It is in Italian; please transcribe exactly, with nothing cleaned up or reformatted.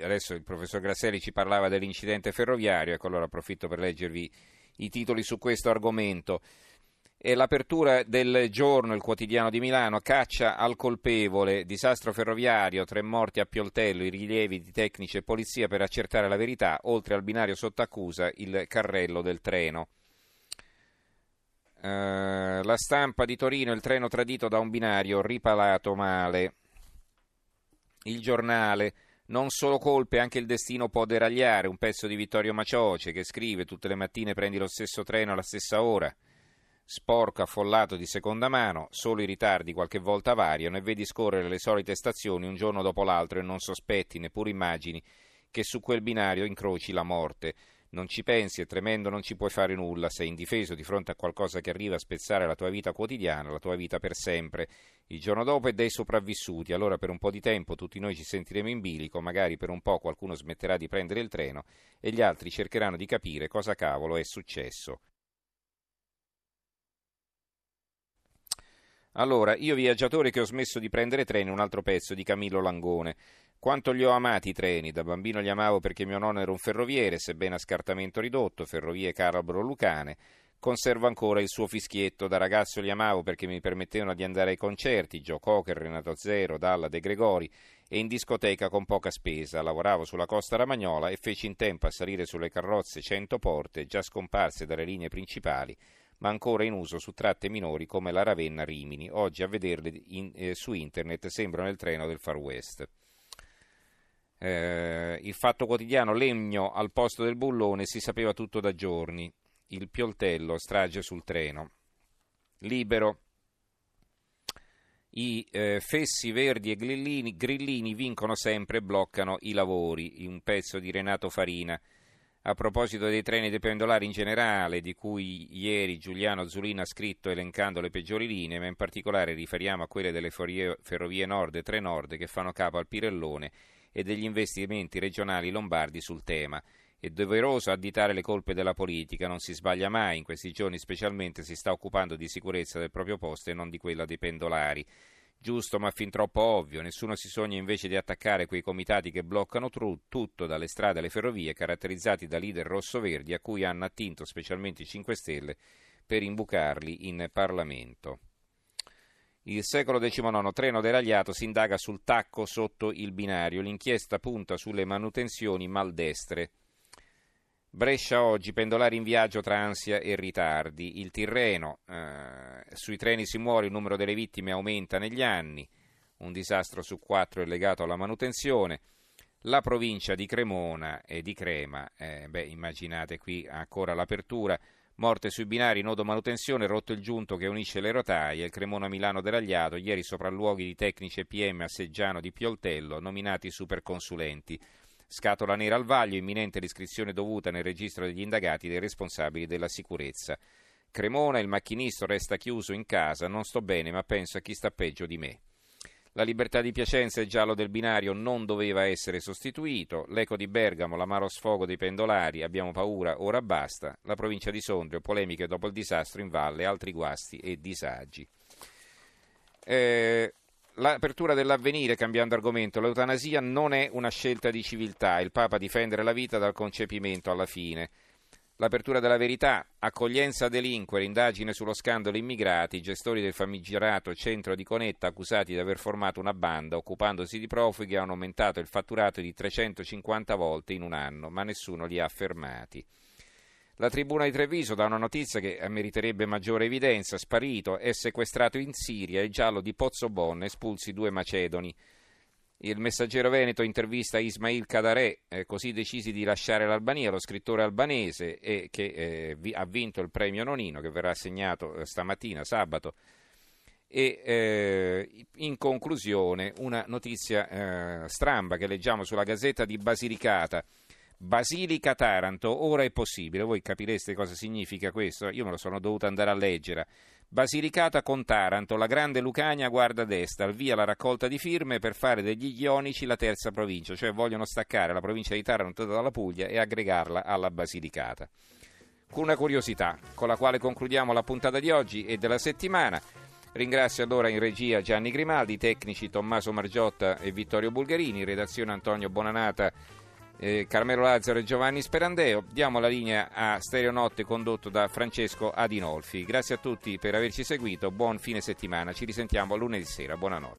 adesso il professor Grasselli ci parlava dell'incidente ferroviario, ecco allora approfitto per leggervi i titoli su questo argomento. E l'apertura del giorno, il quotidiano di Milano, caccia al colpevole, disastro ferroviario, tre morti a Pioltello, i rilievi di tecnici e polizia per accertare la verità, oltre al binario sotto accusa il carrello del treno. Uh, la Stampa di Torino, il treno tradito da un binario ripalato male. Il Giornale, non solo colpe, anche il destino può deragliare, un pezzo di Vittorio Macioce che scrive tutte le mattine prendi lo stesso treno alla stessa ora. Sporco, affollato di seconda mano, solo i ritardi qualche volta variano e vedi scorrere le solite stazioni un giorno dopo l'altro e non sospetti, neppure immagini, che su quel binario incroci la morte. Non ci pensi, è tremendo, non ci puoi fare nulla, sei indifeso di fronte a qualcosa che arriva a spezzare la tua vita quotidiana, la tua vita per sempre. Il giorno dopo è dei sopravvissuti, allora per un po' di tempo tutti noi ci sentiremo in bilico, magari per un po' qualcuno smetterà di prendere il treno e gli altri cercheranno di capire cosa cavolo è successo. Allora, io viaggiatore che ho smesso di prendere treni, un altro pezzo di Camillo Langone. Quanto li ho amati i treni, da bambino li amavo perché mio nonno era un ferroviere, sebbene a scartamento ridotto, Ferrovie Carabro-Lucane. Conservo ancora il suo fischietto, da ragazzo li amavo perché mi permettevano di andare ai concerti, Joe Cocker, Renato Zero, Dalla, De Gregori e in discoteca con poca spesa. Lavoravo sulla Costa Ramagnola e feci in tempo a salire sulle carrozze cento porte, già scomparse dalle linee principali, ma ancora in uso su tratte minori come la Ravenna-Rimini. Oggi a vederle in, eh, su internet sembrano il treno del Far West. Eh, il Fatto Quotidiano, Legno al posto del bullone, si sapeva tutto da giorni. Il Pioltello, strage sul treno. Libero. I eh, Fessi, Verdi e Grillini, Grillini vincono sempre e bloccano i lavori. Un pezzo di Renato Farina. A proposito dei treni dei pendolari in generale, di cui ieri Giuliano Zulino ha scritto elencando le peggiori linee, ma in particolare riferiamo a quelle delle Ferrovie Nord e Trenord che fanno capo al Pirellone e degli investimenti regionali lombardi sul tema. È doveroso additare le colpe della politica, non si sbaglia mai, in questi giorni specialmente si sta occupando di sicurezza del proprio posto e non di quella dei pendolari. Giusto, ma fin troppo ovvio. Nessuno si sogna invece di attaccare quei comitati che bloccano tru- tutto, dalle strade alle ferrovie, caratterizzati da leader rosso-verdi a cui hanno attinto specialmente i cinque Stelle per imbucarli in Parlamento. Il Secolo diciannove, treno deragliato, si indaga sul tacco sotto il binario. L'inchiesta punta sulle manutenzioni maldestre. Brescia oggi, pendolari in viaggio tra ansia e ritardi. Il Tirreno, eh, sui treni si muore, il numero delle vittime aumenta negli anni, un disastro su quattro è legato alla manutenzione. La provincia di Cremona e di Crema, eh, beh, immaginate qui ancora l'apertura, morte sui binari, nodo manutenzione, rotto il giunto che unisce le rotaie, il Cremona Milano deragliato, ieri sopralluoghi di tecnici e P M a Seggiano di Pioltello, nominati superconsulenti. Scatola nera al vaglio, imminente l'iscrizione dovuta nel registro degli indagati dei responsabili della sicurezza. Cremona, il macchinista resta chiuso in casa, non sto bene ma penso a chi sta peggio di me. La Libertà di Piacenza, il giallo del binario non doveva essere sostituito. L'Eco di Bergamo, l'amaro sfogo dei pendolari, abbiamo paura, ora basta. La provincia di Sondrio, polemiche dopo il disastro in valle, altri guasti e disagi. Eh... L'apertura dell'Avvenire, cambiando argomento, l'eutanasia non è una scelta di civiltà, il Papa difendere la vita dal concepimento alla fine. L'apertura della Verità, accoglienza a delinquere, indagine sullo scandalo immigrati, i gestori del famigerato centro di Conetta accusati di aver formato una banda occupandosi di profughi hanno aumentato il fatturato di trecentocinquanta volte in un anno, ma nessuno li ha fermati. La Tribuna di Treviso dà una notizia che meriterebbe maggiore evidenza. Sparito, è sequestrato in Siria il giallo di Pozzobonne, espulsi due macedoni. Il Messaggero Veneto intervista Ismail Kadarè, eh, così decisi di lasciare l'Albania, lo scrittore albanese e che eh, vi, ha vinto il premio Nonino che verrà assegnato eh, stamattina, sabato. E eh, in conclusione una notizia eh, stramba che leggiamo sulla Gazzetta di Basilicata. Basilica Taranto, ora è possibile, voi capireste cosa significa questo, io me lo sono dovuto andare a leggere. Basilicata con Taranto, la grande Lucania guarda a destra, al via la raccolta di firme per fare degli Ionici la terza provincia, cioè vogliono staccare la provincia di Taranto dalla Puglia e aggregarla alla Basilicata. Una curiosità con la quale concludiamo la puntata di oggi e della settimana. Ringrazio allora in regia Gianni Grimaldi, tecnici Tommaso Margiotta e Vittorio Bulgarini, redazione Antonio Bonanata, eh, Carmelo Lazzaro e Giovanni Sperandeo. Diamo la linea a Stereonotte condotto da Francesco Adinolfi. Grazie a tutti per averci seguito, buon fine settimana, ci risentiamo lunedì sera, buonanotte.